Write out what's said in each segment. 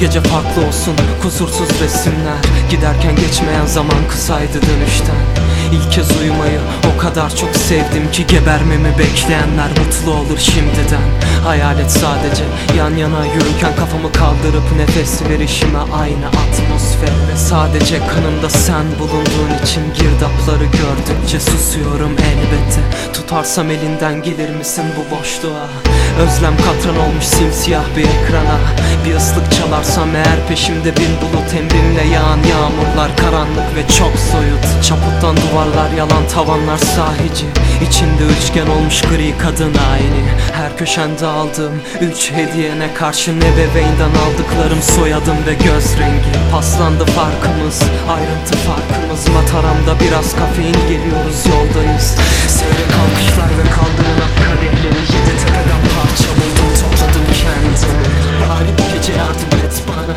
gece farklı olsun, kusursuz resimler. Giderken geçmeyen zaman kısaydı dönüşten. İlk kez uyumayı o kadar çok sevdim ki gebermemi bekleyenler mutlu olur şimdiden. Hayalet sadece yan yana yürürken kafamı kaldırıp nefes verişime aynı atmosfer. Ve sadece kanımda sen bulunduğun için girdapları gördükçe susuyorum elbette. Tutarsam elinden gelir misin bu boşluğa? Özlem katran olmuş simsiyah bir ekrana. Bir ıslık çalarsam eğer peşimde bin bulut, emrimle yağan yağmurlar karanlık ve çok soyut. Çaputtan duvarlar, yalan tavanlar sahici. İçinde üçgen olmuş gri kadın ayini. Her köşende aldığım 3 hediyene karşı ebeveynden aldıklarım soyadım ve göz rengi. Paslandı farkımız, ayrıntı farkımız. Mataramda biraz kafein, geliyoruz yoldayız. Seyrek alkışlar ve kaldırılan kadehleri yedi tepeden parça buldum, topladım kendimi. Bari bu gece yardım et bana.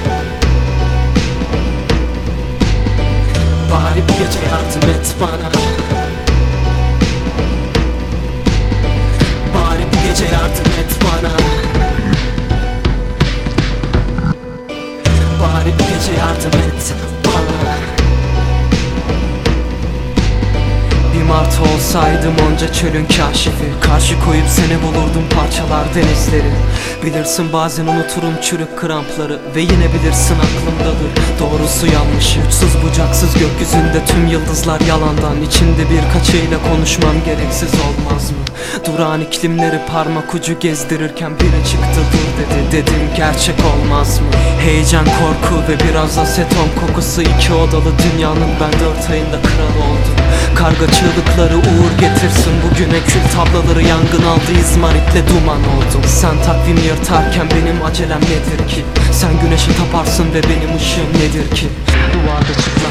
Bari bu gece yardım et bana. Bari bu gece yardım et bana. Bari bu gece yardım et bana. Bir martı olsaydım onca çölün kaşifi, karşı koyup seni bulurdum parçalar denizleri. Bilirsin bazen unuturum çürük krampları ve yine bilirsin aklımdadır doğrusu yanlışı. Uçsuz bucaksız gökyüzünde tüm yıldızlar yalandan, içinde birkaçıyla konuşmam gereksiz olmaz mı? Durağan iklimleri parmak ucu gezdirirken biri çıktı dur dedi, dedim gerçek olmaz mı? Heyecan, korku ve biraz aseton kokusu, iki odalı dünyanın ben 4 ayında kralı oldum. Karga çığlıkları uğur getirsin bugüne, kül tablaları yangın aldı, izmaritle duman oldum. Sen takvim yırtarken benim acelem nedir ki? Sen güneşi taparsın ve benim ışığım nedir ki? Duvarda çıplak